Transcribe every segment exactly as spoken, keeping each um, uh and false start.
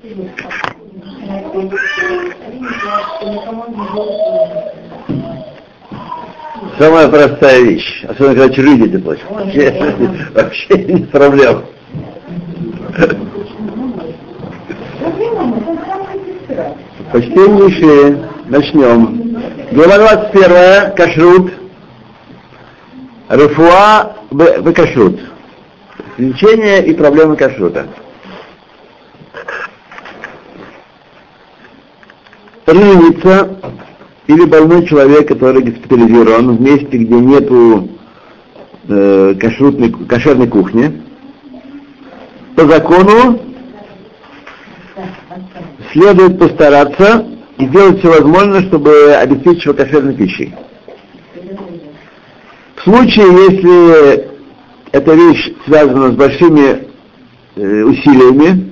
Самая простая вещь, особенно когда чужие дети плачут. Вообще, вообще не проблема. Почтеннейшие, начнем. Глава двадцать первая, кашрут, рефуа в кашрут. Лечение и проблемы кашрута. Раненица или больной человек, который госпитализирован в месте, где нету э, кашрутной, кошерной кухни, по закону следует постараться и сделать все возможное, чтобы обеспечить его кошерной пищей. В случае, если эта вещь связана с большими э, усилиями,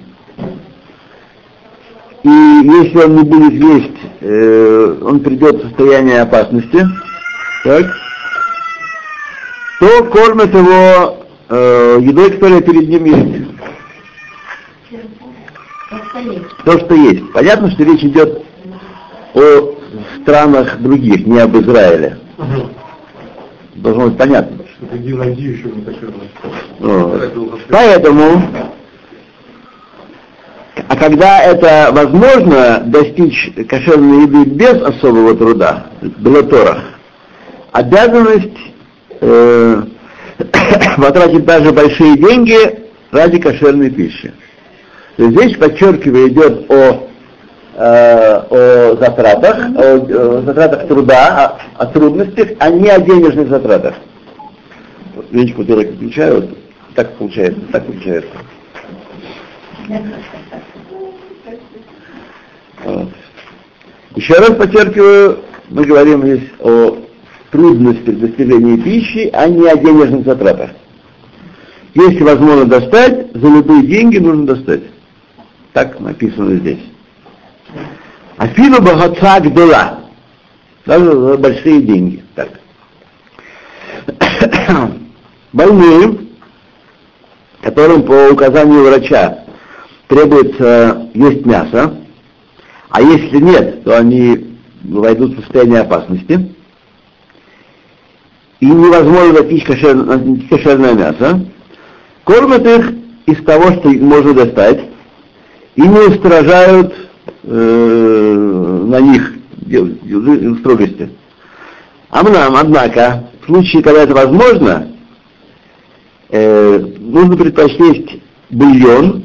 и если он не будет есть, э, он придет в состояние опасности, так, то кормят его э, едой, которая перед ним есть. То, что есть. Понятно, что речь идет о странах других, не об Израиле. Угу. Должно быть понятно. Поэтому, а когда это возможно достичь кошерной еды без особого труда, белоторах, обязанность э, потратить даже большие деньги ради кошерной пищи. То есть здесь, подчеркиваю, идет о, э, о затратах, о, о затратах труда, о, о трудностях, а не о денежных затратах. Вещь, которую я включаю, вот, так получается, так получается. Вот. Еще раз подчеркиваю, мы говорим здесь о трудностях достижения пищи, а не о денежных затратах. Если возможно достать, за любые деньги нужно достать. Так написано здесь. Афину богатцак была. Даже за большие деньги. Так. Больные, которым по указанию врача требуется есть мясо, а если нет, то они войдут в состояние опасности, и невозможно достичь кошерное, кошерное мясо, кормят их из того, что можно достать, и не устражают э, на них строгости. Амнам, однако, в случае, когда это возможно, э, нужно предпочесть бульон.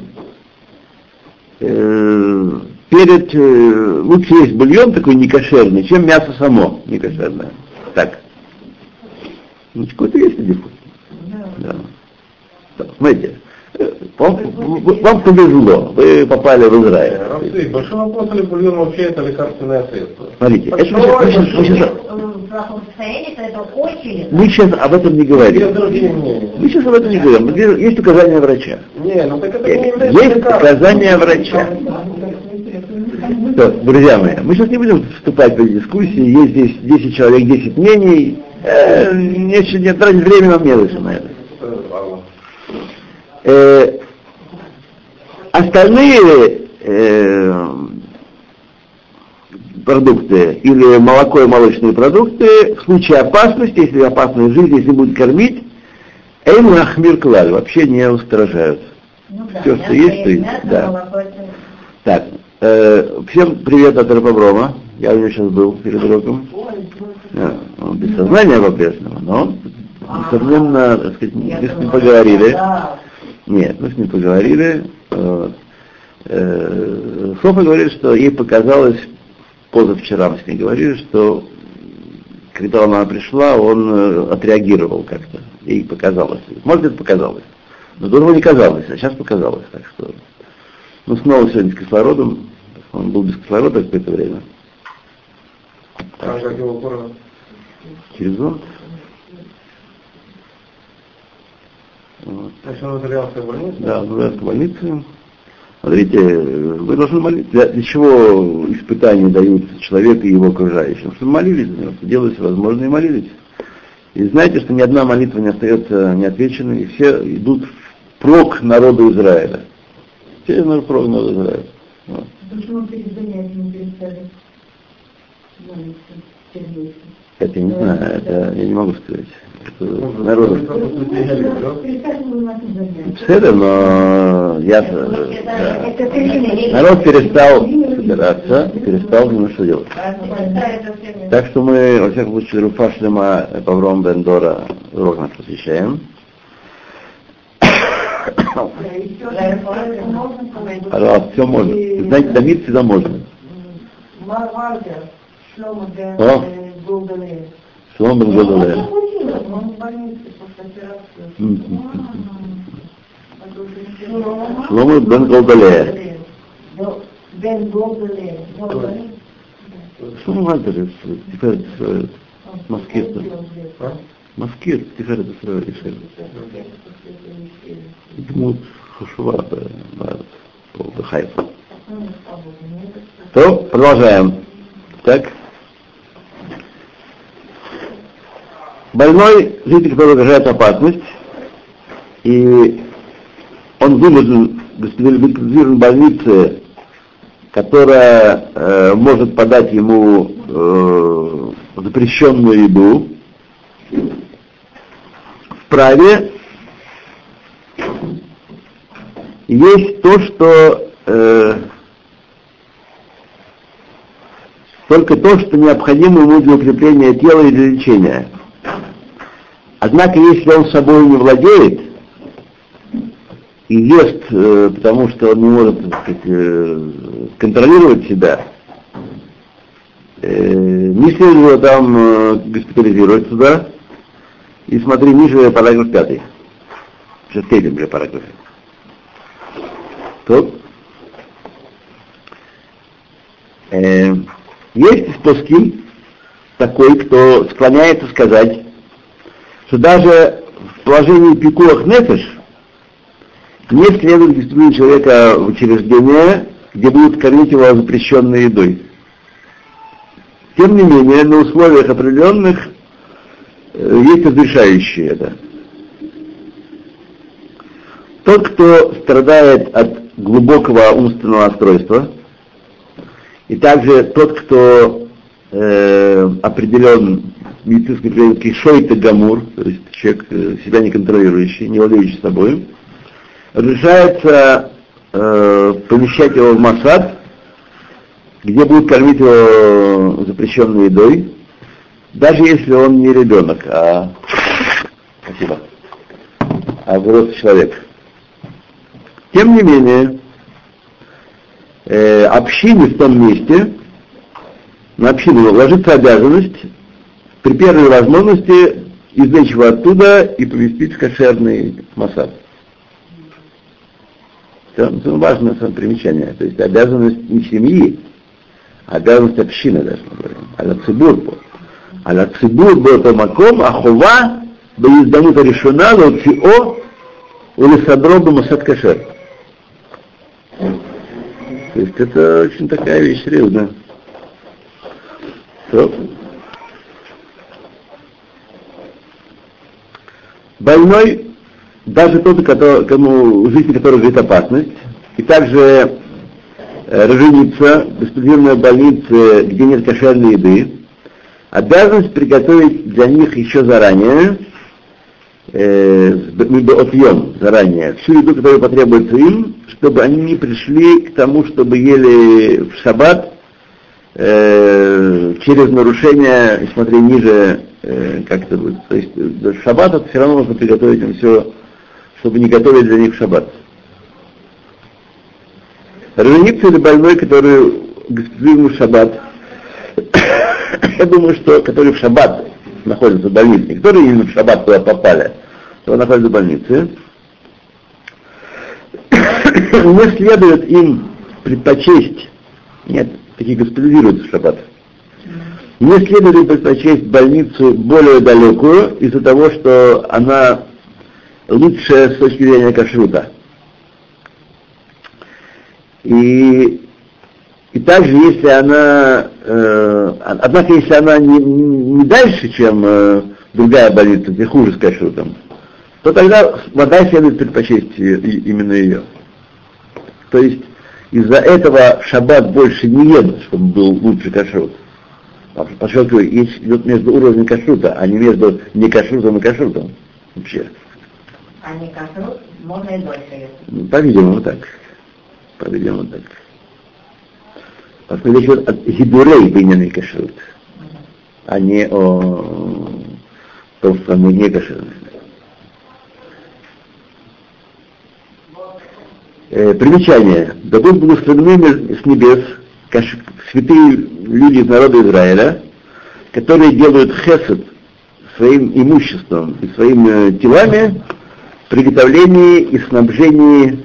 Э, перед э, лучше есть бульон такой некошерный, чем мясо само некошерное. Так. Ну, какой-то есть дефект. Да. Так, смотрите. Вам, вам повезло, вы попали в Израиль. Равсы, большой вопрос, ли бульон вообще это лекарственное средство? Смотрите, это мы, мы, сейчас, мы, сейчас, мы сейчас об этом не говорим. Мы сейчас об этом не говорим. Есть указания врача. Не, ну так это не является Есть указания врача. Так, друзья мои, мы сейчас не будем вступать в эти дискуссии. Есть здесь десять человек, десять мнений. Э, не, не тратить время нам не лучше на это. Э, остальные э, продукты или молоко и молочные продукты в случае опасности, если опасность жизни, если будет кормить, эйм ахмир клаль, вообще не устражают. Ну, да, все, что есть, то есть. Да. Так, э, всем привет от Рабоброма. Я у него сейчас был перед уроком. Да, он без сознания по-прежнему, но несомненно, так сказать, мы с ним поговорили. Нет, мы с ним поговорили. Вот. Э, Софа говорит, что ей показалось, позавчера мы с ней говорили, что когда она пришла, он отреагировал как-то. Ей показалось. Может, это показалось. Но до того не казалось, а сейчас показалось. Так что, ну, снова сегодня с кислородом. Он был без кислорода какое-то время. А как его кормят? Через зонт. Вот. Значит, он удалялся в больницу? Да, он удалялся в больницу. Смотрите, вы должны молиться. Для, для чего испытания дают человеку и его окружающим? Чтобы молились за него, делали все возможное и молились. И знаете, что ни одна молитва не остается неотвеченной, и все идут впрок народу Израиля. Все идут впрок народу Израиля. Вот. Почему перед занятиями перестали молиться перед ночью? Это я не знаю, это я не могу сказать. Это народ. Все, но я, да. Народ перестал собираться, перестал немножко делать. Так что мы, во всяком случае, Руфа Шлема Павром бен Дора урок наш посвящаем. Пожалуйста, все можно. Знаете, томить всегда можно. О, Шломо бен Голдалеер. Шломо бен Голдалеер. Бен Голдалеер. Шломо Мальтер, Тиферет Исраэль. Маскир. Маскир, Тиферет Исраэль. Дмут Хушува Хайфа. То, продолжаем. Так. Больной житель, который угрожает опасность, и он вынужден быть госпитализирован в больнице, которая э, может подать ему э, запрещенную еду, вправе есть то, что э, только то, что необходимо ему для укрепления тела и для лечения. Однако, если он собой не владеет и ест, э, потому что он не может, так сказать, э, контролировать себя, э, не следует его там э, госпитализировать сюда. И смотри, ниже параграф пятый. В шестом параграфе. Тут. Э, есть споски такой, кто склоняется сказать, что даже в положении пикуах нефеш не следует госпитализировать человека в учреждение, где будут кормить его запрещенной едой. Тем не менее, на условиях определенных э, есть разрешающие это. Тот, кто страдает от глубокого умственного расстройства, и также тот, кто э, определен медицинской клиникой шойта гамур, то есть человек себя не контролирующий, не владеющий собой, разрешается э, помещать его в Масад, где будут кормить его запрещенной едой, даже если он не ребенок, а спасибо, а взрослый человек. Тем не менее, э, общине в том месте, на общину ложится обязанность при первой возможности извлечь его оттуда и поместить в кошерный Масад. Это, это важное примечание. То есть обязанность не семьи, а обязанность общины, даже мы говорим. Аля цибур. Аля цибур был по маком, а хова бы изданута решена лоцио или садроба Масад кошер. То есть это очень такая вещь серьезная. То. Больной, даже тот, который, кому в жизни которого грозит опасность, и также э, роженица, госпитализированная в больнице, где нет кошерной еды, обязанность приготовить для них еще заранее, э, отъем заранее, всю еду, которая потребуется им, чтобы они не пришли к тому, чтобы ели в шаббат э, через нарушение, смотри, ниже, э, как это будет, то есть до шаббата все равно нужно приготовить им все, чтобы не готовить для них в шаббат. Роженица или больной, который госпитализирован в шаббат, я думаю, что который в шаббат находится в больнице, не которые именно в шаббат туда попали, то находится в больнице, не следует им предпочесть, нет, такие госпитализируются в шаббат, не следует им предпочесть больницу более далекую из-за того, что она лучшая с точки зрения кашрута. И, и также, если она, э, однако, если она не, не дальше, чем э, другая больница, где хуже с кашрутом, то тогда вода следует предпочесть именно ее. То есть, из-за этого в шаббат больше не едут, чтобы был лучший кашрут. Поскольку есть идет между уровнем кашрута, а не между некашрутом и кашрутом. Вообще. А не кашрут можно и дольше ехать. По-видимому так. По-видимому так. Поскольку речь идет о гидурей бейняный кашрут, а не о том, что мы не кашрут. Э, примечание. Да будут благословены с небес каш... святые люди из народа Израиля, которые делают хесед своим имуществом и своими телами в приготовлении и снабжении,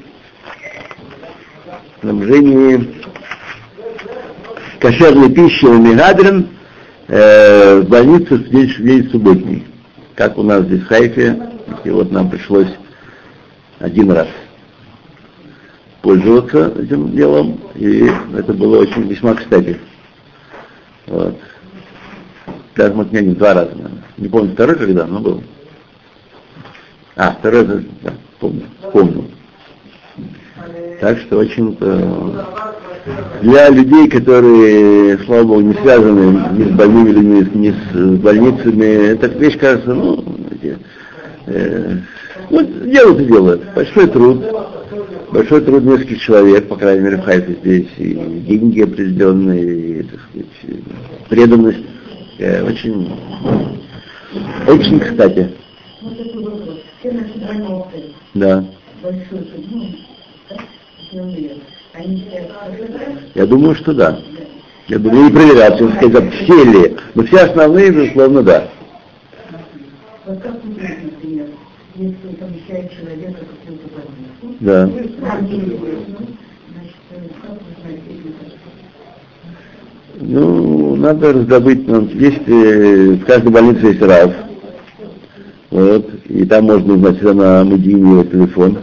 снабжении кошерной пищи у Мегадрин э, в больнице в день, в день субботний. Как у нас здесь в Хайфе, и вот нам пришлось один раз пользоваться этим делом, и это было очень весьма кстати. Вот. Даже вот не один, два раза, наверное. Не помню второй когда, но был. А, второй, да, помню, помню. Так что очень э, для людей, которые, слава Богу, не связаны ни с больными людьми, ни с больницами, эта вещь кажется, ну, э, ну, делают и делают. Большой труд. Большой труд нескольких человек, по крайней мере, в Хайфе здесь, и деньги определенные, и, так сказать, преданность. Э, очень, очень кстати. Вот такой вопрос. Все наши больницы. Да. Большой, ну, основные. Они все. Я думаю, что да. Я думаю, не проверять, так сказать, все ли. Но все основные, безусловно, да. Вот как вы думаете, например, если помещает человека в какую-то больницу, Да. значит, как вы знаете, Ну, надо раздобыть, ну, есть, э, в каждой больнице есть рав, вот, и там можно узнать всегда на мудине его телефон.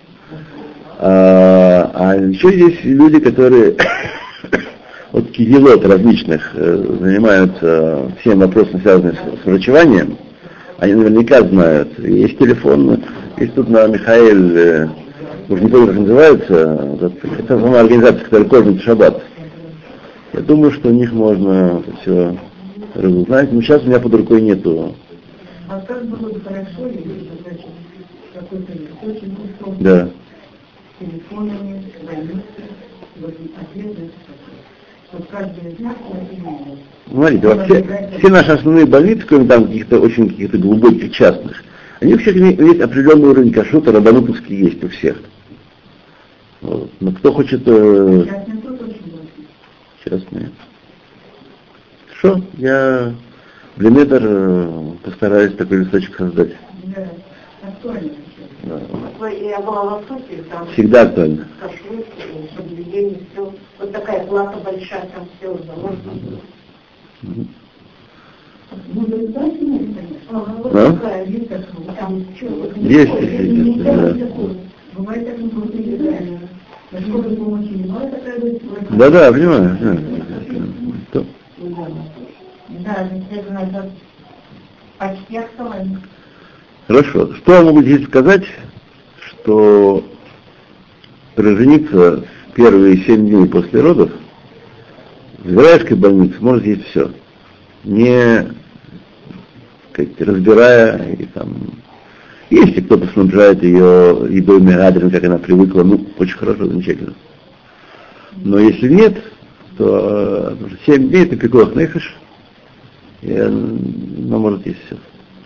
А, а еще есть люди, которые от кизилот различных э, занимаются всем вопросом, связанным с, с врачеванием. Они наверняка знают. Есть телефон, есть тут на Михаэль, э, уже не помню, как называется, это сама организация, которая кормит шаббат. Я думаю, что у них можно это все разузнать, но сейчас у меня под рукой нету. А как было бы хорошо, если, значит, какой-то очень кусок Да. с телефонами, больницы, вот ответы, вот каждый из нас например. Смотрите, вообще все наши основные больницы, кроме там каких-то очень каких-то глубоких частных, они вообще есть определенный уровень кашрута, рабанутовский есть у всех. Вот. Но кто хочет... Э, Частный тоже очень важный. Частные. Хорошо, я в Лемедер э, постараюсь такой листочек создать. Да, актуально. Да. Я была в Востоке, там Всегда актуально. кашрут, соблюдение, все. Вот такая плата большая, там все заложено. Мгм. Ну, вы знаете, конечно. Вот А? такая, есть такая, там что, вот Есть, не есть, не есть, да. такое. Бывает так, ну, просто не знаю. Насколько помощи немало такая будет. Да, да, понимаю. Да. То- Да, действительно, это почти актуально. Хорошо. Что я могу здесь сказать, что жениться в первые семь дней после родов в израильской больнице может есть все. Не, как разбирая и там. Если кто-то снабжает ее едой Мегадрин, как она привыкла, ну, очень хорошо, замечательно. Но если нет, то э, семь дней это пикох нефиш, и она может есть все.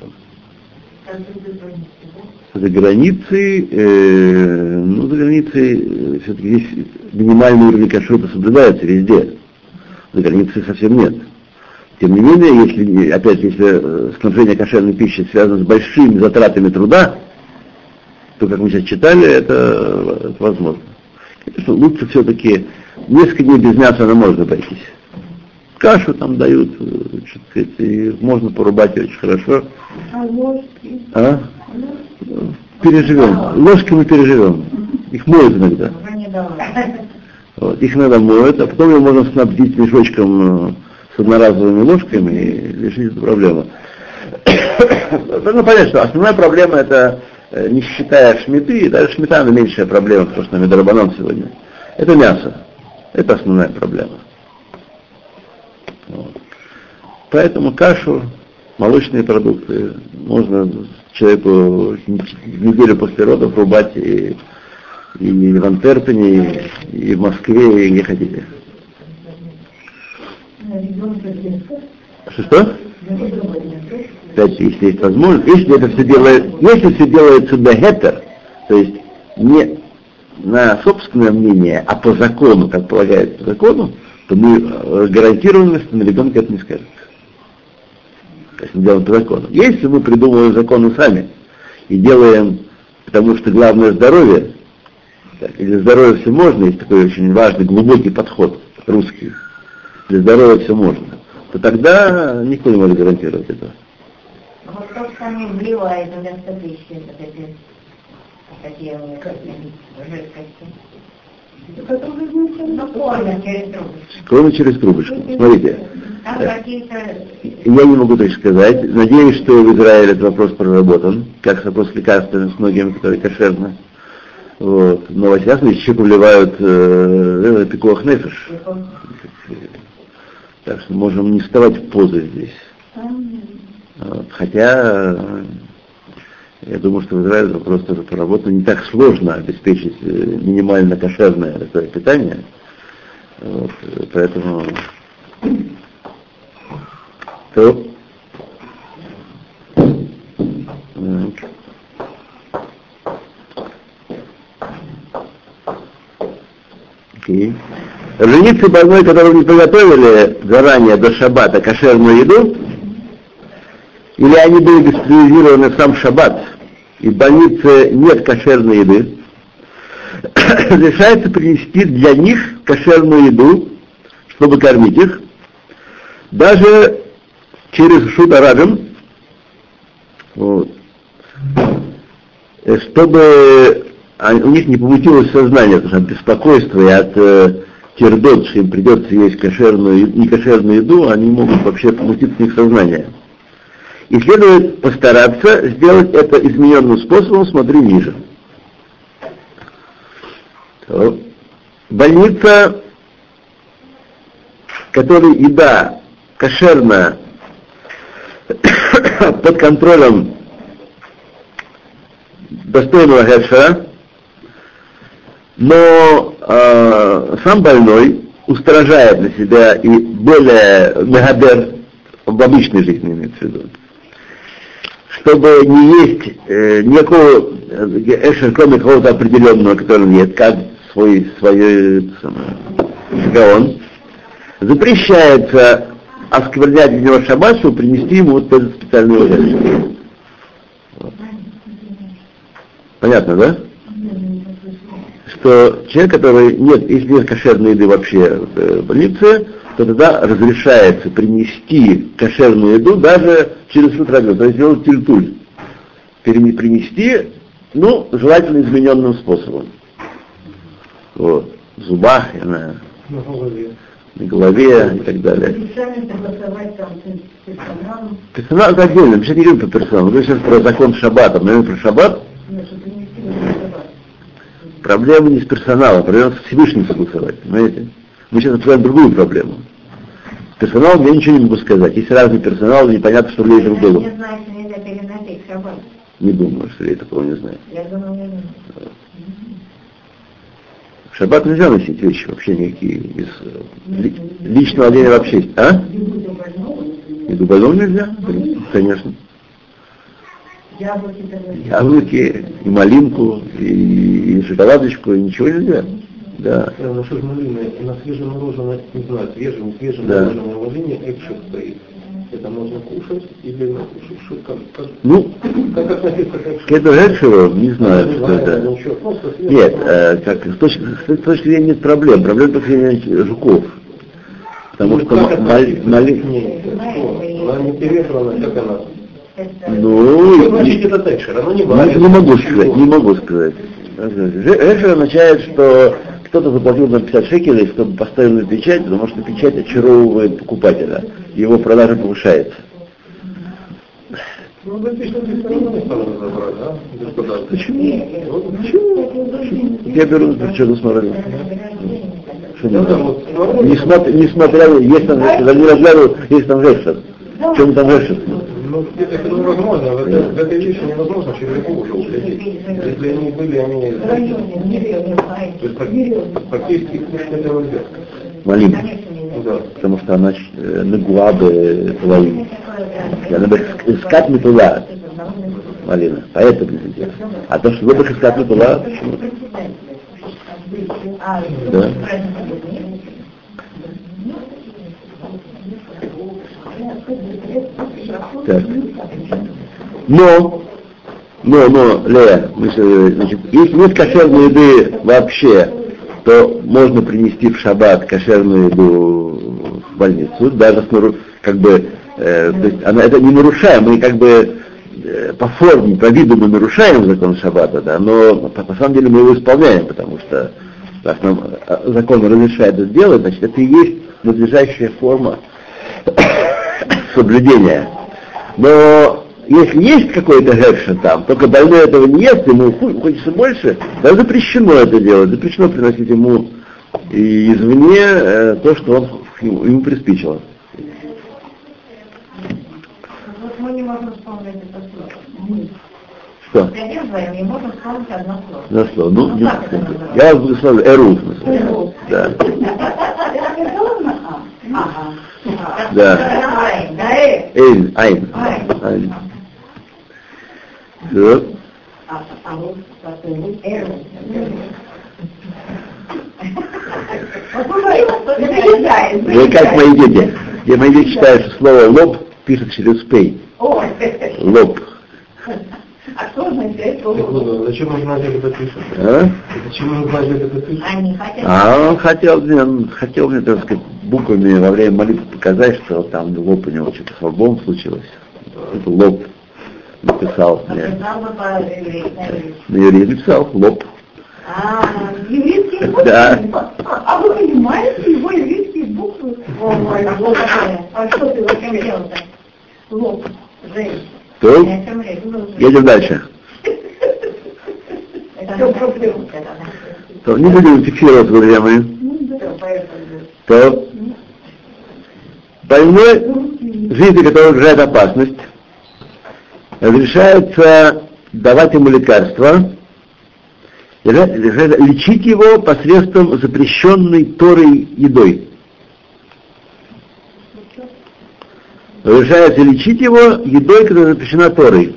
За границей, э, ну, за границей э, все-таки здесь минимальный уровень кашрута соблюдается везде. За границей совсем нет. Тем не менее, если, опять же, если снабжение кошерной пищи связано с большими затратами труда, то, как мы сейчас читали, это, это возможно. Конечно, лучше все-таки несколько дней без мяса она можно обойтись. Кашу там дают, сказать, и можно порубать очень хорошо. А ложки? А? Переживем. Ложки мы переживем. Их моют иногда. Уже не давай. Вот. Их иногда моют, а потом ее можно снабдить мешочком с одноразовыми ложками и решить эту проблему. Ну, понятно, что основная проблема это, не считая шмиты, даже шмита она меньшая проблема, потому что на медрабанан сегодня. Это мясо. Это основная проблема. Вот. Поэтому кашу, молочные продукты можно человеку неделю после родов рубать и, и в Антверпене, и, и в Москве, и где хотите. Что-что? Опять, если есть возможность, если это все делает, если все делается бехетер, то есть не на собственное мнение, а по закону, как полагается по закону, то мы гарантированно, что на ребенка это не скажет. То есть мы делаем по закону. Если мы придумываем законы сами и делаем, потому что главное здоровье, так, или здоровье все можно, есть такой очень важный, глубокий подход русский, для здоровья все можно, то тогда никто не может гарантировать этого. А вот кто сами вливает вместо пищи вот эти такие жидкости? Ну, кормят через трубочку. Кормят через трубочку. Смотрите. Там Да. какие-то... Я не могу точно сказать. Надеюсь, что в Израиле этот вопрос проработан, как вопрос с лекарствами, с многими, которые кошерны. Вот. Но во всяком случае еще вливают э, пикуах нефеш. Так что можем не вставать в позу здесь. Вот. Хотя э, я думаю, что в Израиле вопрос тоже проработан. Не так сложно обеспечить минимально кошерное такое питание. Вот. Поэтому... То. Окей. Жениться больной, которого не приготовили заранее до шаббата кошерную еду, или они были госпитализированы в сам шаббат, и в больнице нет кошерной еды, разрешается принести для них кошерную еду, чтобы кормить их, даже через шут арабим, вот, чтобы у них не помутилось сознание, потому что от беспокойства и от э, тердот, что им придется есть кошерную, некошерную еду, они могут вообще помутиться в них сознание. И следует постараться сделать это измененным способом, смотри ниже. То. Больница, в которой еда кошерная, под контролем достойного гешера, но э, сам больной устражает на себя и более мегадер в обычной жизни, имеется в виду, чтобы не есть э, никакого эшер, кроме кого-то определенного, который нет, как свой, свой гаон, запрещается осквернять для него шаббат, чтобы принести ему вот этот специальный эшер. Вот. Понятно, да? Что человек, который нет, если нет кошерной еды вообще в больнице, то тогда разрешается принести кошерную еду даже через шутрагу, то есть сделать тильтуль. Принести, ну, желательно измененным способом. Вот. В зубах, я знаю, На голове. на голове и так далее. Специально согласовать там с персоналом. Персонал это отдельно, мы сейчас не говорим про персонал, мы говорим сейчас про закон шаббата. Мы говорим про шаббат. Нет, чтобы принести на шаббат. Проблема не с персоналом, проблема с Всевышним согласовать, понимаете? Мы сейчас обсуждаем другую проблему. С персоналом я ничего не могу сказать. Есть разный персонал, непонятно, что влияет друг другу. Не знаю, что нельзя переносить шаббат. Не думаю, что я такого не знаю. Я думаю, не знаю. В шаббат нельзя носить вещи вообще никакие из ли, личного одеяния вообще. А? Еду больного нельзя? Конечно. Яблоки тогда. Яблоки, и малинку, и, и шоколадочку, и ничего нельзя. Да. На что же малиновое, на свежемороженое, не знаю, свежее, не свежее Да. мороженое вложение экшер стоит. Это можно кушать или накушать? Что, как, как, Ну, как относиться к экшеру? к этому экшеру не знаю, Не что знаю, это. ничего, просто свежее. Нет, э, как, с, точки, с точки зрения нет проблем. Проблем только с точки зрения жуков. Потому Ну, что как ма- мали- относиться мали- к ней? Что? Она не переживана, как она? Это... Ну, Что и- значит этот экшер? Оно не не, варит. не могу ничего. сказать, не могу сказать. Экшер означает, что кто-то заплатил нам пятьдесят шекелей, чтобы поставил на печать, потому что печать очаровывает покупателя, его продажа повышается. Ну, написано, ты все равно не надо забрать, да? Господа. Почему? Почему? Я беру что-то смотрел. Несмотря, несмотря, есть там, когда не разглядывал, есть там Рекшер. В чем там Рекшер? Ну, это невозможно, в, это, в этой вещи невозможно червяку уже уследить. Если они были, они... То есть практически этого нет. Малина. Да. Потому что она нагуа бы половину. Она бы искать метула. Малина. Поэтому нельзя. А то, что вы бы искать метула, почему? Да. Так. Но, но, но, Лея, значит, если нет кошерной еды вообще, то можно принести в шаббат кошерную еду в больницу, даже как бы, э, то есть она, это не нарушаем, мы как бы э, по форме, по виду мы нарушаем закон шаббата, да, но по, по самом деле мы его исполняем, потому что раз нам закон разрешает это делать, значит, это и есть надлежащая форма соблюдения. Но если есть какой-то гекшен там, только больной этого не ест, ему хочется больше, то запрещено это делать, запрещено приносить ему извне э, то, что он, ему, ему приспичило. Вот мы не можем вспомнить это слово. Что? Придерживаем, не можем вспомнить одно слово. На слово. Ну, Ну, не, как это называется? я благословлю. Эруф. Да. Ага. Да. Эйн, айн. Айн. Да. А вот потом эру. Вы как мои дети. Я мои дети считают, что слово лоб пишет через пей. Лоб. А что означает слово лоб? Зачем нужно это пишет? А? Зачем нужно это пишет? Они хотят... А он хотел мне, он хотел мне, так сказать, буквами во время молитвы показать, что там лоб у него что-то с лбом случилось. Это лоб написал мне. Написал бы по-еврейски. На еврей написал лоб. А, еврейские буквы? Да. А вы понимаете его еврейские буквы? О, мой Бог. А что ты зачем делал-то? Лоб. Жень. То? Я о чем речь? Едем дальше. Это проблема. То, не будем фиксировать, друзья мои. То больной, жизни которого угрожает опасность, разрешается давать ему лекарства, разрешается лечить его посредством запрещенной Торой едой. Разрешается лечить его едой, которая запрещена Торой.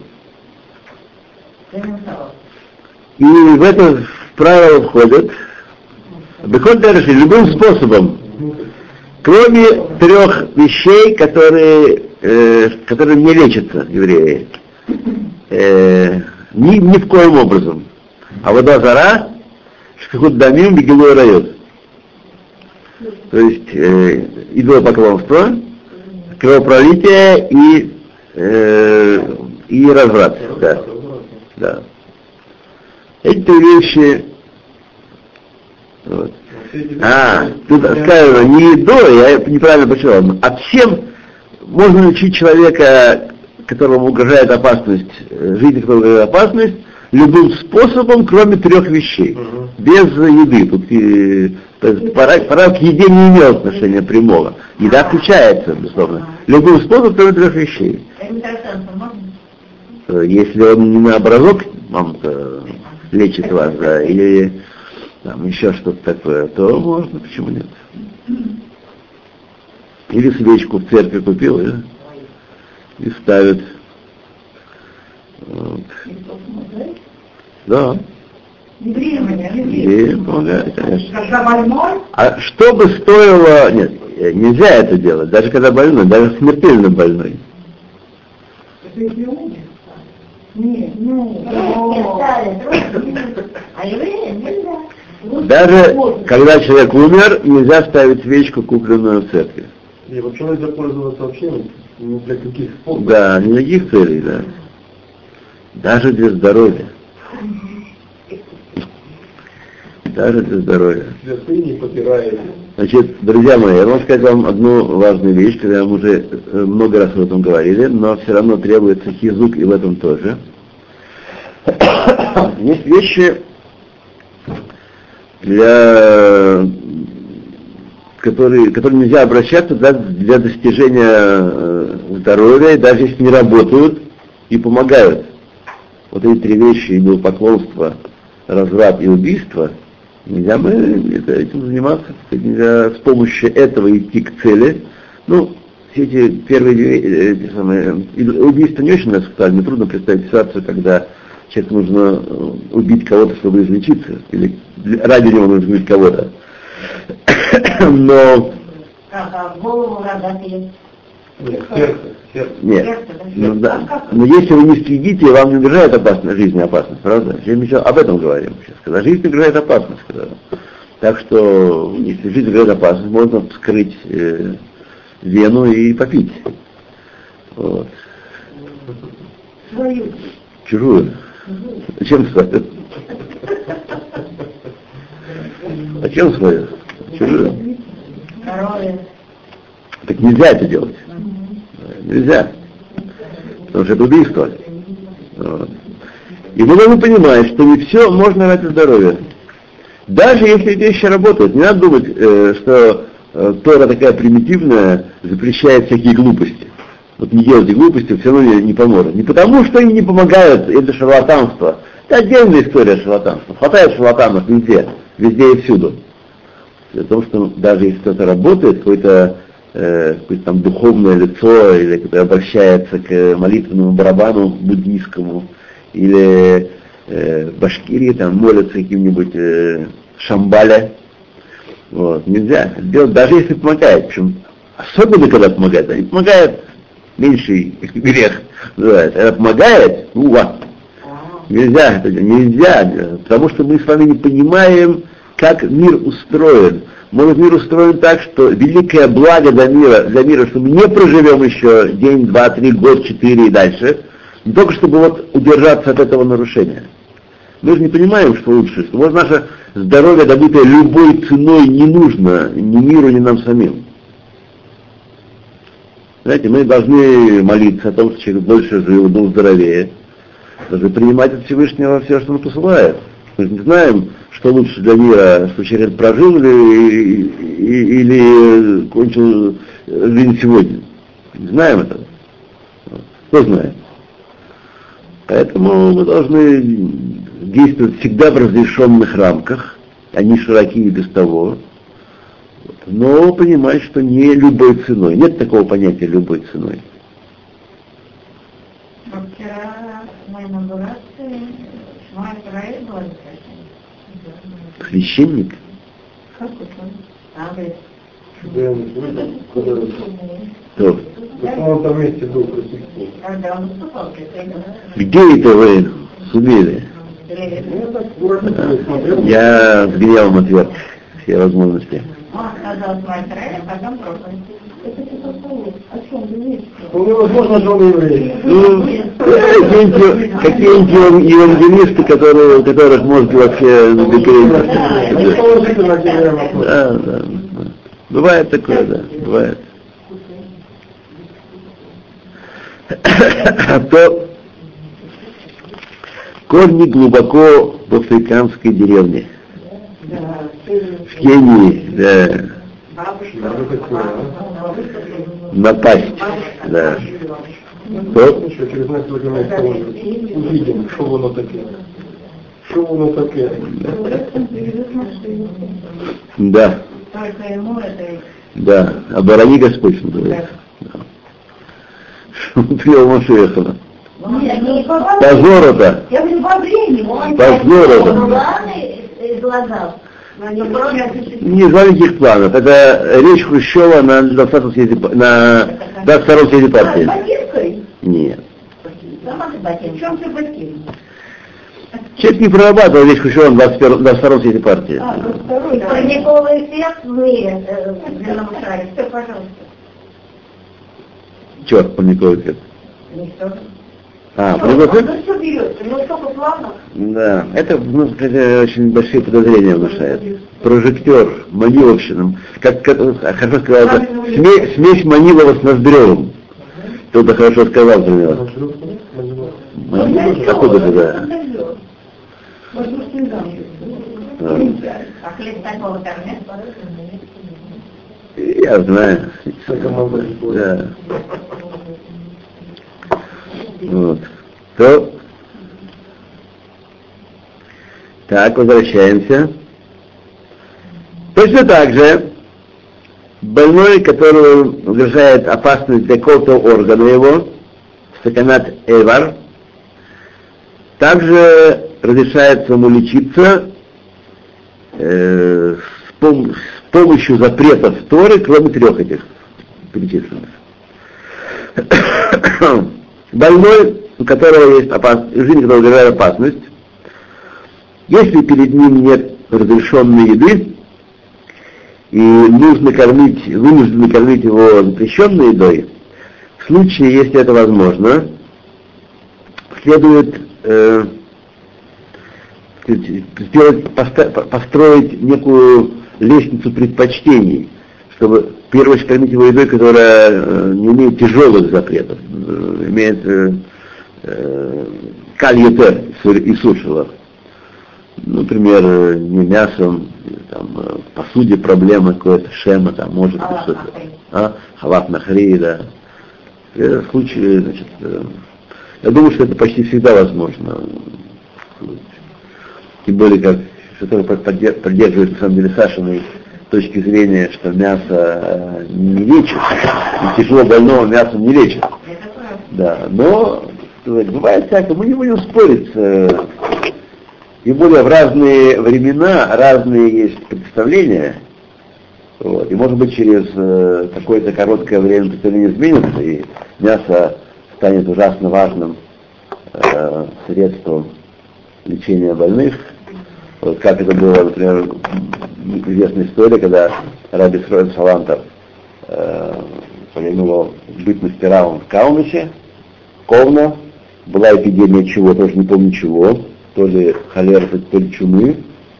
И в это правило входит бехоль дереш, любым способом, кроме трех вещей, которые, э, которые не лечатся евреи. Э, ни, ни в коем образом. А вода зара, шкихут дамим, бегилой райот. То есть э, идолопоклонство, кровопролитие и, э, и разврат. Да. Да. Эти вещи... Вот. А, тут сказано не едой, я неправильно прочитал, а всем можно лечить человека, которому угрожает опасность, жизни которому угрожает опасность, любым способом, кроме трех вещей. Uh-huh. Без еды. Тут и, пора, пора к еде не имел отношения прямого. Еда включается, безусловно. Uh-huh. Любым способом, кроме трех вещей. Если он не на образок, мамка лечит вас, да, или там еще что-то такое, то можно, почему нет? Или свечку в церкви купил и, и ставит. Вот. Да. И помогает, конечно. А что бы стоило... Нет, нельзя это делать, даже когда больной, даже смертельно больной. Даже когда человек умер, нельзя ставить свечку, купленную в церкви. И вообще нельзя пользоваться вообще не для каких способов. Да, не для каких целей, да. Даже для здоровья. Даже для здоровья. Святыни попираете. Значит, друзья мои, я могу сказать вам одну важную вещь, когда мы уже много раз об этом говорили, но все равно требуется хизук и в этом тоже. Есть вещи, для которые, которые нельзя обращаться для, для достижения здоровья, даже если не работают и помогают. Вот эти три вещи, идолопоклонство, разврат и убийство, нельзя мы этим заниматься, нельзя с помощью этого идти к цели. Ну, все эти первые эти самые, убийства не очень сексуальны, трудно представить ситуацию, когда человеку нужно убить кого-то, чтобы излечиться, или ради него нужно убить кого-то. Но... А в голову рогатые? Нет, сердце, сердце. Нет. Сердце, да? Ну, да. Но если вы не следите, вам не угрожает опасность, жизнь опасность, правда? Мы еще об этом говорим сейчас. Когда жизнь угрожает опасность. Когда... Так что, если жизнь угрожает опасность, можно вскрыть э, вену и попить. Вот. Свою. Чужую. Зачем свою? А чем свою? Чужую. Коровы. Так нельзя это делать. Нельзя. Потому что это убийство. Вот. И мы должны понимать, что не все можно ради здоровья. Даже если эти вещи работают, не надо думать, э, что э, Тора такая примитивная, запрещает всякие глупости. Вот не делайте глупости, все равно не, не поможет. Не потому, что они не помогают, это шарлатанство. Это отдельная история шарлатанства. Хватает шарлатанов везде, везде и всюду. Дело в том, что даже если кто-то работает, какое-то, э, какое-то там духовное лицо, или которое обращается к молитвенному барабану буддийскому, или э, в Башкирии там молятся каким-нибудь э, шамбаля, вот, нельзя делать, даже если помогает. Причем особенно когда помогает, они помогают меньший грех называется. Когда помогает, ну ладно. Нельзя, это нельзя, потому что мы с вами не понимаем, как мир устроен. Может, мир устроен так, что великое благо для мира, для мира, что мы не проживем еще день, два, три, год, четыре и дальше, не только чтобы вот удержаться от этого нарушения. Мы же не понимаем, что лучше, что может наше здоровье, добытое любой ценой, не нужно ни миру, ни нам самим. Знаете, мы должны молиться о том, что человек больше жил, был здоровее. Должны принимать от Всевышнего все, что он посылает. Мы же не знаем, что лучше для мира, что человек прожил или, или кончил жизнь сегодня. Не знаем этого. Кто знает? Поэтому мы должны действовать всегда в разрешенных рамках, они широкие без того, но понимать, что не любой ценой. Нет такого понятия любой ценой. Вчера на инаугурации Шма Исраэль была Священник? Как это? А, говорит. Кто? В каком-то месте был присутствовал. Когда он выступал, это Где это вы сумели? Я с гневом отверг все возможности. Он сказал Шма Исраэль, а потом проповедь. Ну, невозможно же он еврей. Ну, какие-нибудь, какие-нибудь евангелисты, которые, у которых мозг вообще запекренен. Да, да, да. Бывает такое, да, бывает. А то корни глубоко в африканской деревне. В Кении, да. Напасть, да. То? Еще через несколько месяцев увидим, что воно таке. Что воно таке. Да. Только ему это... Да. Оборони Господь, что называется. Привел Машеха. Позор это. Я говорю, во времени. Позор это. Планы излагал. Не знаю никаких планов. Это речь Хрущева на двадцать втором съезде, на двадцать втором съезде партии. Нет. В чем ты ботинок? Человек не прорабатывал речь Хрущева на двадцать втором съезде партии. А, второй. Парниковый эффект в мире, в земном шаре. Все, пожалуйста. Черт, парниковый эффект. Никто. А, пригласил? Он все берется, но столько планов. Да, это, ну, это очень большие подозрения внушает. Прожектор, маниловщина. Как, как хорошо сказал, смесь, смесь Манилова с Ноздревым. Кто-то хорошо сказал про него. Откуда же, да? А хлеб такого там нет? Я знаю. Да. Вот. То. Так, возвращаемся. Точно так же больной, которого угрожает опасность для какого-то органа его, стаканат эвар, также разрешается ему лечиться э, с, пом- с помощью запретов Торы, кроме трех этих перечисленных. Больной, у которого есть опасность, жизнь, которого угрожает опасность, если перед ним нет разрешенной еды, и нужно кормить, вынуждены кормить его запрещенной едой, в случае, если это возможно, следует э, сделать, построить некую лестницу предпочтений, чтобы в первую очередь кормить его едой, которая э, не имеет тяжелых запретов, э, имеет э, э, кальетер и сушилах. Например, не мясом, там, в посуде проблема какой-то, шема, там, может быть, что-то. А? Халат нахри, да. В этом случае, значит, я думаю, что это почти всегда возможно. Тем более, как что-то поддерживает, на самом деле, Сашиной точки зрения, что мясо не лечит, и тяжело больного мясом не лечит. Да, но бывает всякое, мы не будем спорить. Тем более в разные времена разные есть представления. Вот. И может быть через э, какое-то короткое время представление изменится, и мясо станет ужасно важным э, средством лечения больных. Вот как это было, например, известная история, когда Раби Исроэль Салантов э, по время его бытности равом в Каунусе, Ковна, была эпидемия чего, тоже не помню чего, то ли холеры, то ли чумы.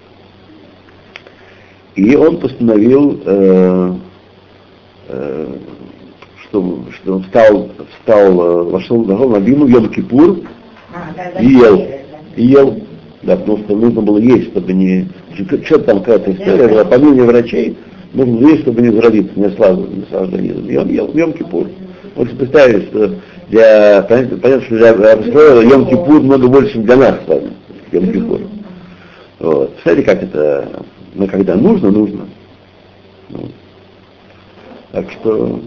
И он постановил, э, э, что, что он встал, встал, вошел, вошел на бину в Йом-Кипур а, и ел. И ел. Да, потому что нужно было есть, чтобы не... Что-то там какая-то история была, по мнению врачей, нужно было есть, чтобы не заразиться, не ослабиться. И он ел в Йом-Кипур. Можете представить, что для, понятно, что для Рабисроэля Йом-Кипур много больше, чем для нас с вами. Йом-Кипур. Вот. Представляете, как это, но когда нужно, нужно. Ну. Так что,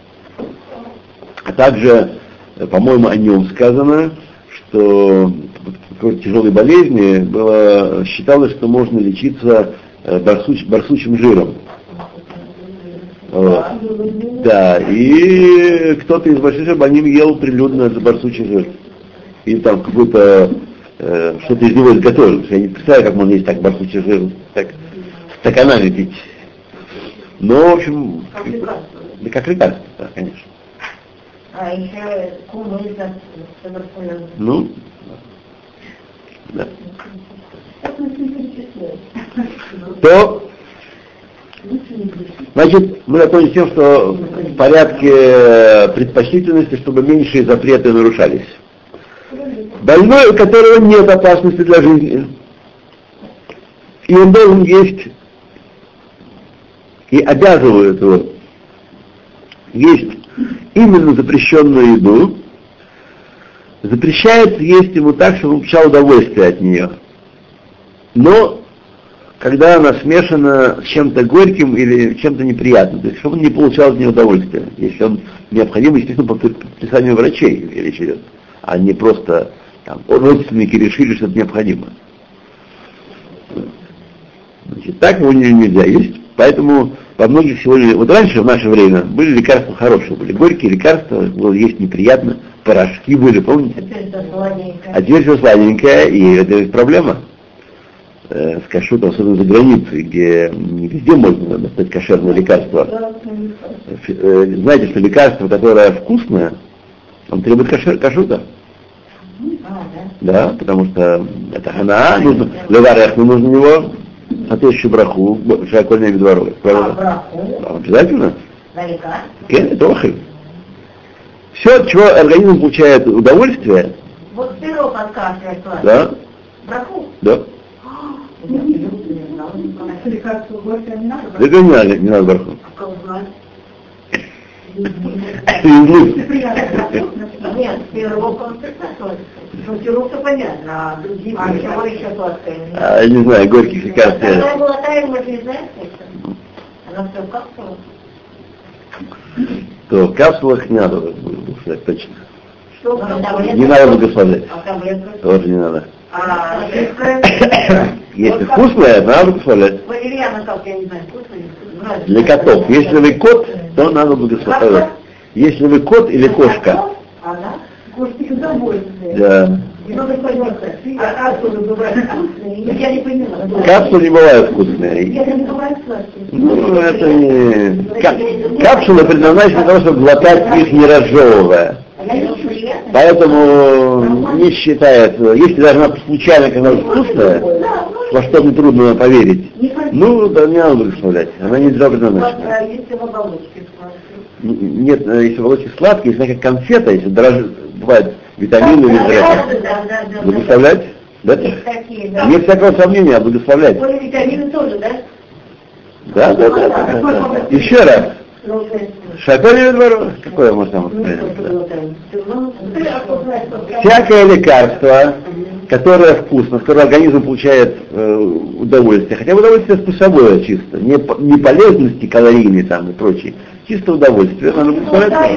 а также, по-моему, о нем сказано, что в какой-то тяжелой болезни было, считалось, что можно лечиться барсуч, барсучим жиром. Вот. Да, и кто-то из больших больным ел прилюдно барсучий жир. И там какой-то э, что-то из него изготовили. Я не представляю, как можно есть так барсучий жир, так стаканами пить. Но, в общем, как лекарство. Да, как лекарство, да, конечно. А еще кумыс, ну, да. То, значит, мы закончим тем, что в порядке предпочтительности, чтобы меньшие запреты нарушались. Больной, у которого нет опасности для жизни, и он должен есть, и обязывают его есть именно запрещенную еду, запрещается есть ему так, чтобы он получал удовольствие от нее. Но когда она смешана с чем-то горьким или чем-то неприятным, то есть чтобы он не получал от нее удовольствия, если он необходим, естественно, по предписанию врачей речь идет, а не просто там, родственники решили, что это необходимо. Значит, так его нельзя есть, поэтому во многих сегодня, вот раньше в наше время были лекарства хорошие, были горькие лекарства, было есть неприятно, порошки были, помните? А теперь все сладенькое, и это проблема. Э, с кашрутом, особенно за границей, где не везде можно достать кошерное лекарство. Э, знаете, что лекарство, которое вкусное, он требует кашер, кашрута. Да, потому что это хана, нужно, леварех, не нужно него соответствующую браху, шакольные дворы. А, Обязательно? Далека. Это охель. Все, от чего организм получает удовольствие. Вот пирог откашивает. Да. Браху? Да. Лекарство горькое не надо? Да не надо, не надо браху. Нет, пирог он прекрасный. Ну, пирог-то понятно, а другие, а чего еще сладкое? А, я не знаю, горьких лекарств. Когда была тайна, мы же не знаем, что она все в капсулах. То в капсулах не надо благословлять, точно. Что? Не надо благословлять. А таблетка? Тоже не надо. А Если вкусное, надо благословлять. валерьяна, как, я не знаю, вкусная? Для котов. Если вы кот, то надо благословлять. Если вы кот или кошка. Она? Кошки удовольствие. Да. Надо понять, а капсулы бывают вкусные? Я не поняла. Капсулы не бывают вкусные. Это не бывает сладкие. Ну, это не... Ка- Капсулы предназначены для того, чтобы глотать их не разжевывая. Поэтому не считается, если даже она случайно оказалась вкусная, во что мне трудно поверить, ну, да не надо благословлять, она не для предназначена. Если в оболочке сладкие. Нет, если волоски сладкие, если как конфета, если дрожжи, бывают витамины или дрожжи, благословлять, да? Нет всякого сомнения, благословлять. Витамины тоже, да? Да, да, да, да, да. Еще раз. Шакольный двору? Какое может там всякое лекарство, которое вкусно, которое организм получает э, удовольствие, хотя бы удовольствие вкусовое чисто, не, не полезности калорийные там и прочие, чисто удовольствие. Надо благословлять.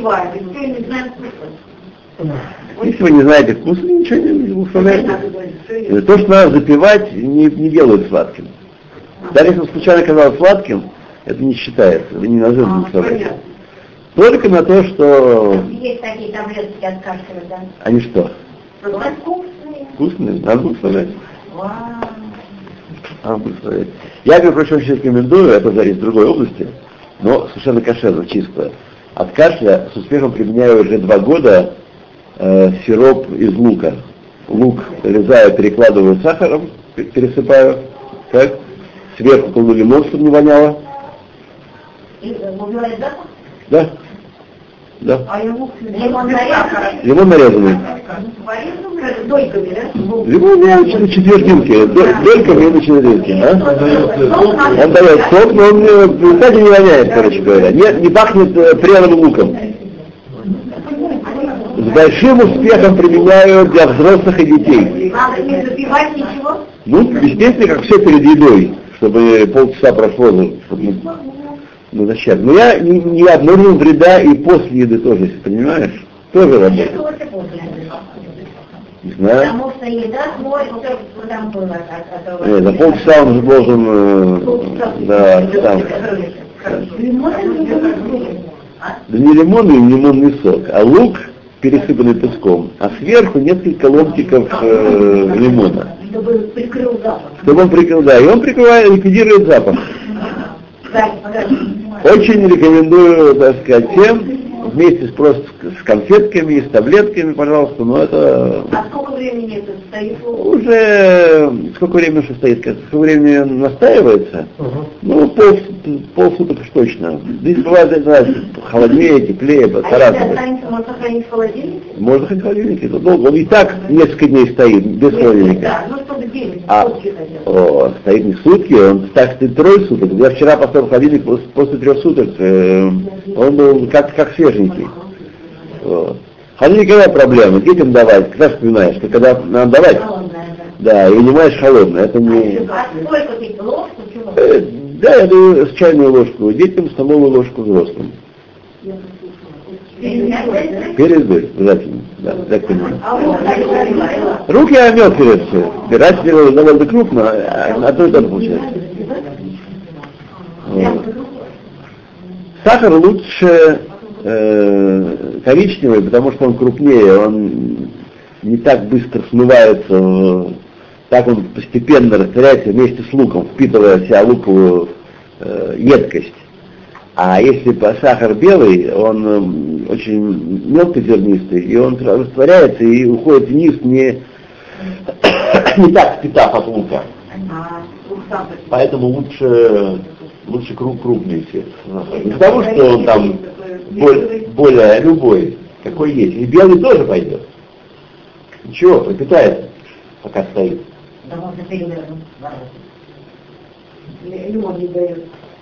Если вы не знаете вкуса, ничего не благословляете. То, что надо запивать, не, не делают сладким. Даже если случайно оказалось сладким, это не считается, это не назовем благословлять. Только на то, что... Есть такие таблетки от кашля, да? Они что? Вкусные. Вкусные? Надо благословлять. Вау. Надо благословлять. Я, между прочим, очень рекомендую, это из другой области, но совершенно кошерно, чисто. От кашля с успехом применяю уже два года э, сироп из лука. Лук резаю, перекладываю сахаром, пересыпаю, так, сверху кладу лимон, чтобы не воняло. И убивает запах? Да. Да. А лимон нарезанный? Лимон нарезанный. Дольками, да? Лимон не на четвертинке, дольками и на четвертинке. А? Он дает сок, но он в результате не воняет, короче говоря. Не, не пахнет прелым луком. С большим успехом применяю для взрослых и детей. Надо не запивать ничего? Ну, естественно, как все перед едой, чтобы полчаса прошло, чтобы ну, зачем? Но я не, не обнаружил вреда и после еды тоже, если понимаешь, тоже работает. Не знаю. Потому что еда свой, там было от этого. Нет, за полчаса он же должен, э, да, там. Да не лимон и не лимонный сок, а лук, пересыпанный песком, а сверху несколько ломтиков э, лимона. Чтобы прикрыл запах. Чтобы он прикрыл, да, и он прикрывает, ликвидирует запах. Очень рекомендую, так сказать, всем, вместе с просто с конфетками и с таблетками, пожалуйста, но это... А сколько времени это стоит? Уже, сколько времени уже стоит, сколько времени настаивается, uh-huh. ну, пол, полсуток уж точно. Здесь бывает, это, холоднее, теплее, по-разному. А если останется, можно хранить в холодильнике? Можно хранить в холодильнике, это долго. Он и так несколько дней стоит, без Нет, холодильника. Да, ну, чтобы девять, а, сутки хотя о, стоит не сутки, он так стоит трое суток. Я вчера поставил холодильник после, после трех суток, э, он был как, как свеженький. Вот. Холодильник какая проблема? Детям давать, когда вспоминаешь, что когда надо давать, да, и вынимаешь холодное, это не... А сколько ты, ложку, чего? Э, да, я даю с чайную ложку детям, столовую ложку взрослым. Перец бы, обязательно, да, так понимаю. Руки омет перец, пирать его довольно крупно, а то и так получается. Вот. Сахар лучше э, коричневый, потому что он крупнее, он не так быстро смывается, так он постепенно растворяется вместе с луком, впитывая в себя луковую э, едкость. А если сахар белый, он очень мелкозернистый, и он растворяется и уходит вниз, не, не так спитав от лука. Поэтому лучше, лучше круг, крупный свет. Не потому, что он там более, более любой, какой есть. И белый тоже пойдет. Ничего, пропитает, пока стоит. Да можно перевернуть. Лимон не дает.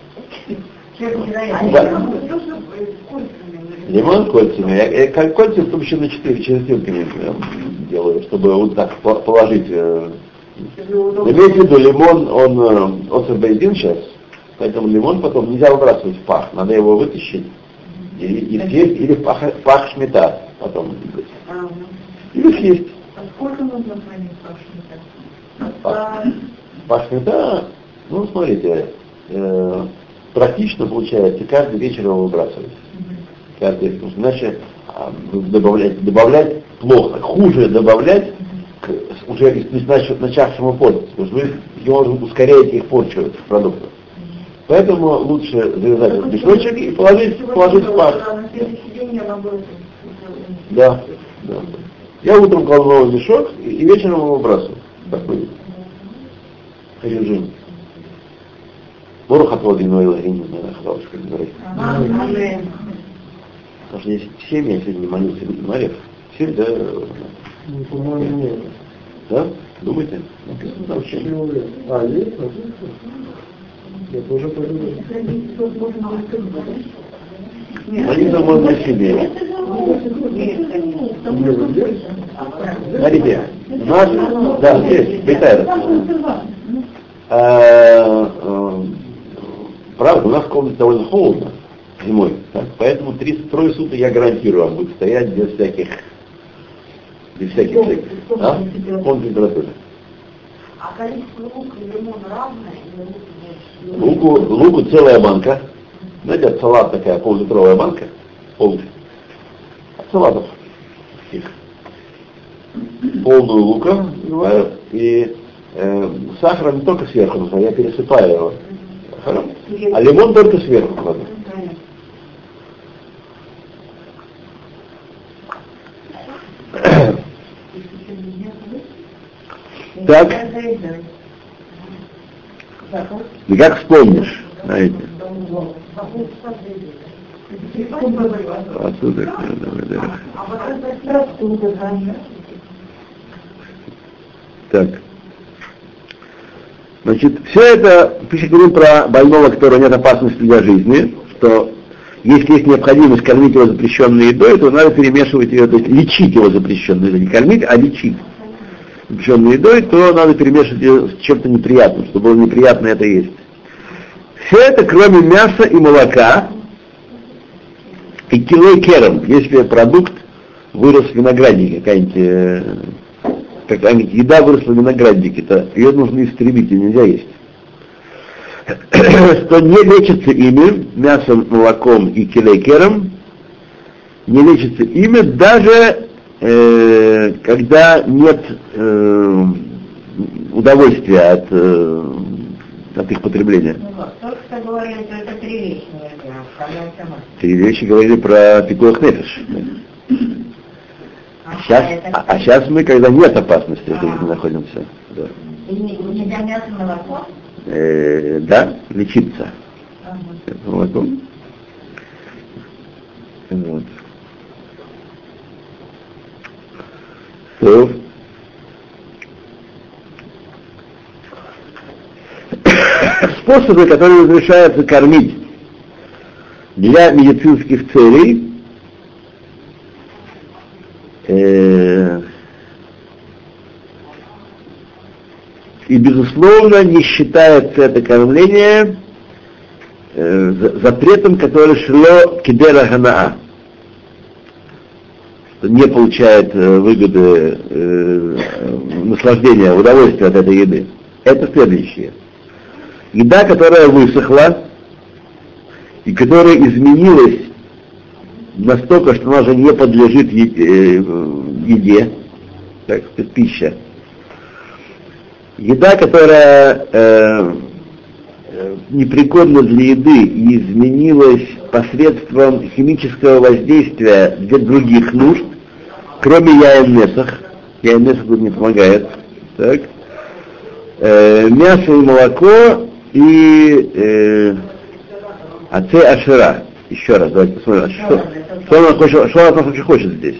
Лимон кольцами. Я, я как кольца, чтобы еще на четыре четвертинками делаю, чтобы вот так положить. Имейте в виду, лимон, он острбейдин сейчас, поэтому лимон потом нельзя выбрасывать в пах, надо его вытащить и, и съесть, или в пах, пах шмита потом. Ага. Или съесть. А сколько нужно хранить пах шмита? Пах, пах шмита, ну смотрите, э, практично получается, каждый вечер его выбрасывать. Mm-hmm. Каждый, потому что иначе добавлять, добавлять плохо, хуже добавлять уже начавшему портиться, потому что вы ускоряете их порчу продуктов. Поэтому лучше завязать этот мешочек и положить, положить в пах. Да, да. Я утром кладу новый мешок и, и вечером его выбрасываю. Такой режим. Борух отводил новый режим, наверное, хорошо, как говорить. Потому что здесь семь, я сегодня молился, Марев. Семь, да. Ну, по-моему, нет. Да? Думаете? Написано там семь. А, есть? Нет, уже пойду. Они там можно на себе. Смотрите, наш, да, здесь, Бейтайр. Правда, у нас в комнате довольно холодно зимой, так? Поэтому тридцать трое суток я гарантирую, он будет стоять без всяких, без всяких, всяких а? Комнатной температуры. А количество лука и лимона разное? Луку, луку целая банка. Знаете, от салат такая полулитровая банка. Пол. От салатов. Их. Полную лука наливаю и э, сахаром не только сверху, но я пересыпаю его. Сахаром. А лимон только сверху кладу. Так. И как вспомнишь, знаете. Отсюда, давай, давай. Так. Значит, все это, пишет, говорим про больного, которого нет опасности для жизни, что если есть необходимость кормить его запрещенной едой, то надо перемешивать ее, то есть лечить его запрещенной едой, не кормить, а лечить запрещенной едой, то надо перемешивать ее с чем-то неприятным, чтобы было неприятно это есть. Все это кроме мяса и молока и килой кером, если продукт вырос в винограднике, какая-нибудь, э, какая-нибудь еда выросла в винограднике, то ее нужно истребить, ее нельзя есть. Что не лечится ими, мясом, молоком и килой кером, не лечится ими даже э, когда нет э, удовольствия от, э, от их потребления. Только говорили, что это три вещи. Три вещи говорили про пикуах нефеш. А сейчас, а, а сейчас мы, когда нет опасности, а -а -а. находимся. Да. И нельзя мясо, молоко? Э, да, лечиться. Ага. Молоко. Вот. То. Способы, которые разрешается кормить для медицинских целей, э, и, безусловно, не считается это кормление э, запретом, который шло кидера ганаа, что не получает э, выгоды, э, наслаждения, удовольствия от этой еды. Это следующее. Еда, которая высохла, и которая изменилась настолько, что она уже не подлежит еде, так сказать, пища. Еда, которая э, непригодна для еды и изменилась посредством химического воздействия для других нужд, кроме яен несах, Яйнесах тут не помогает. Так. Э, мясо и молоко и э, аце ашера. Еще раз, давайте посмотрим, что, что, она хочет, что она вообще хочет здесь.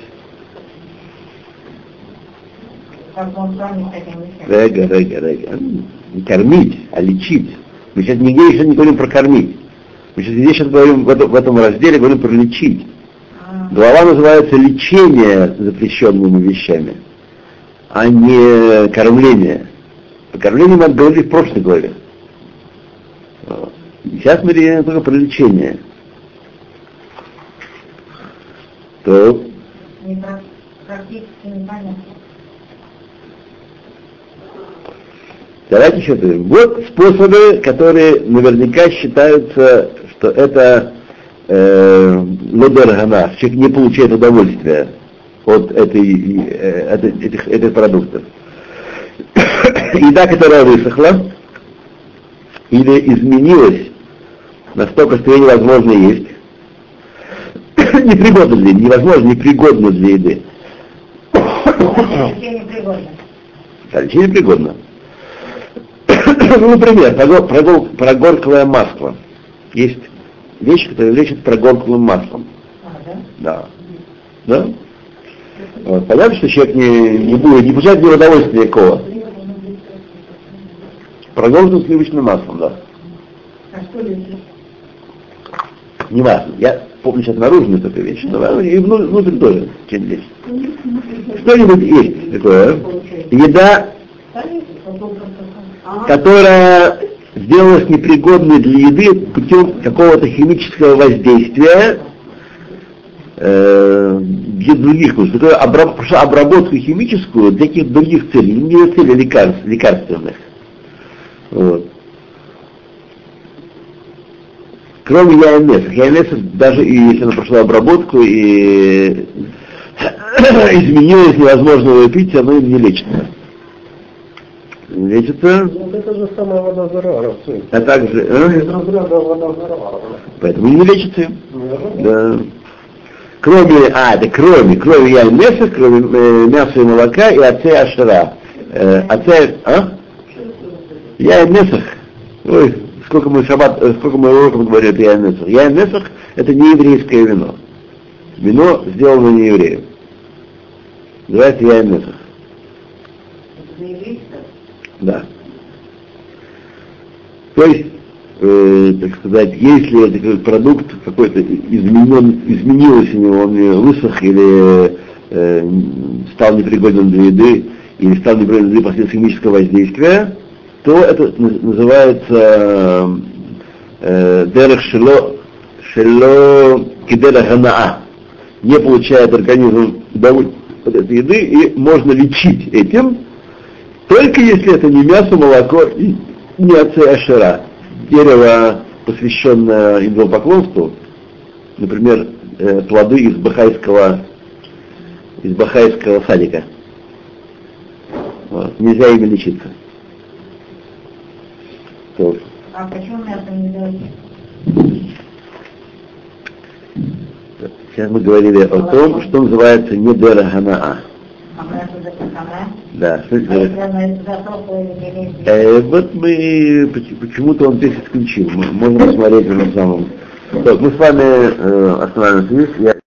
Рега, рега, рега. Не кормить, а лечить. Мы сейчас нигде еще не говорим про кормить. Мы сейчас здесь сейчас говорим в этом, в этом разделе говорим про лечить. Глава называется лечение запрещенными вещами, а не кормление. О кормлении мы говорили в прошлой главе. Сейчас мы говорим только про лечение. То. Давайте еще говорим. Вот способы, которые наверняка считаются, что это лодер гана, человек не получает удовольствия от этой, э, от этих, этих продуктов. Еда, которая высохла или изменилась настолько, что ее невозможно есть, непригодна для еды, невозможно, непригодна для еды. Лечение пригодно. Да, лечение пригодно. Ну, например, прогор, прогорклое масло. Есть вещи, которые лечат прогорклым маслом. А, да? Да. Да? Вот. Понятно, что человек не, не будет, не получает ни удовольствия никакого. Прогорклым сливочным маслом, да. А что лечит? Не важно. Я помню сейчас наружную только вещь, но и внутрь тоже чем лечит. Что-нибудь есть такое. Еда, которая сделалась непригодной для еды путем какого-то химического воздействия э, для других нужд. Такое обраб, обработку химическую для каких-то других целей, не целей лекарств, лекарственных. Вот. Кроме яйнесов. Яйнесов, даже и если она прошла обработку и изменилось, невозможно его пить, оно не лечится. Лечится. Ну, это же самая вода Зарара. А также. Из разряда вода Зарара. Поэтому не лечится. Да. Кроме, а, это кроме, кроме яйнесов, кроме э, мяса и молока и аце ашера. Э, аце, а? Яйнесах. Ой, сколько мы шаббат, сколько мы уроков говорили о яйнесах. Яйнесах это не еврейское вино. Вино сделано не евреем. Называется яйнесах. Да. То есть, э, так сказать, если этот продукт какой-то изменен, изменилось у него, он высох или э, стал непригодным для еды, или стал непригодным для последствий химического воздействия, то это называется дерех шело шело кидера ганаа. Не получает организм удовольствия от этой еды, и можно лечить этим, только если это не мясо, молоко и не аце ашера. Дерево, посвященное идолопоклонству, например, э, плоды из бахайского, из бахайского садика. Вот. Нельзя ими лечиться. То. А почему мясо не делать? Сейчас мы говорили о том, что называется недера ганаа. А мясо запасанное? Да, что это? А если оно засохло или не лезет? Э, вот мы, почему-то он здесь исключил. Мы можем посмотреть на самом. Так, мы с вами э, останавливаемся здесь. Я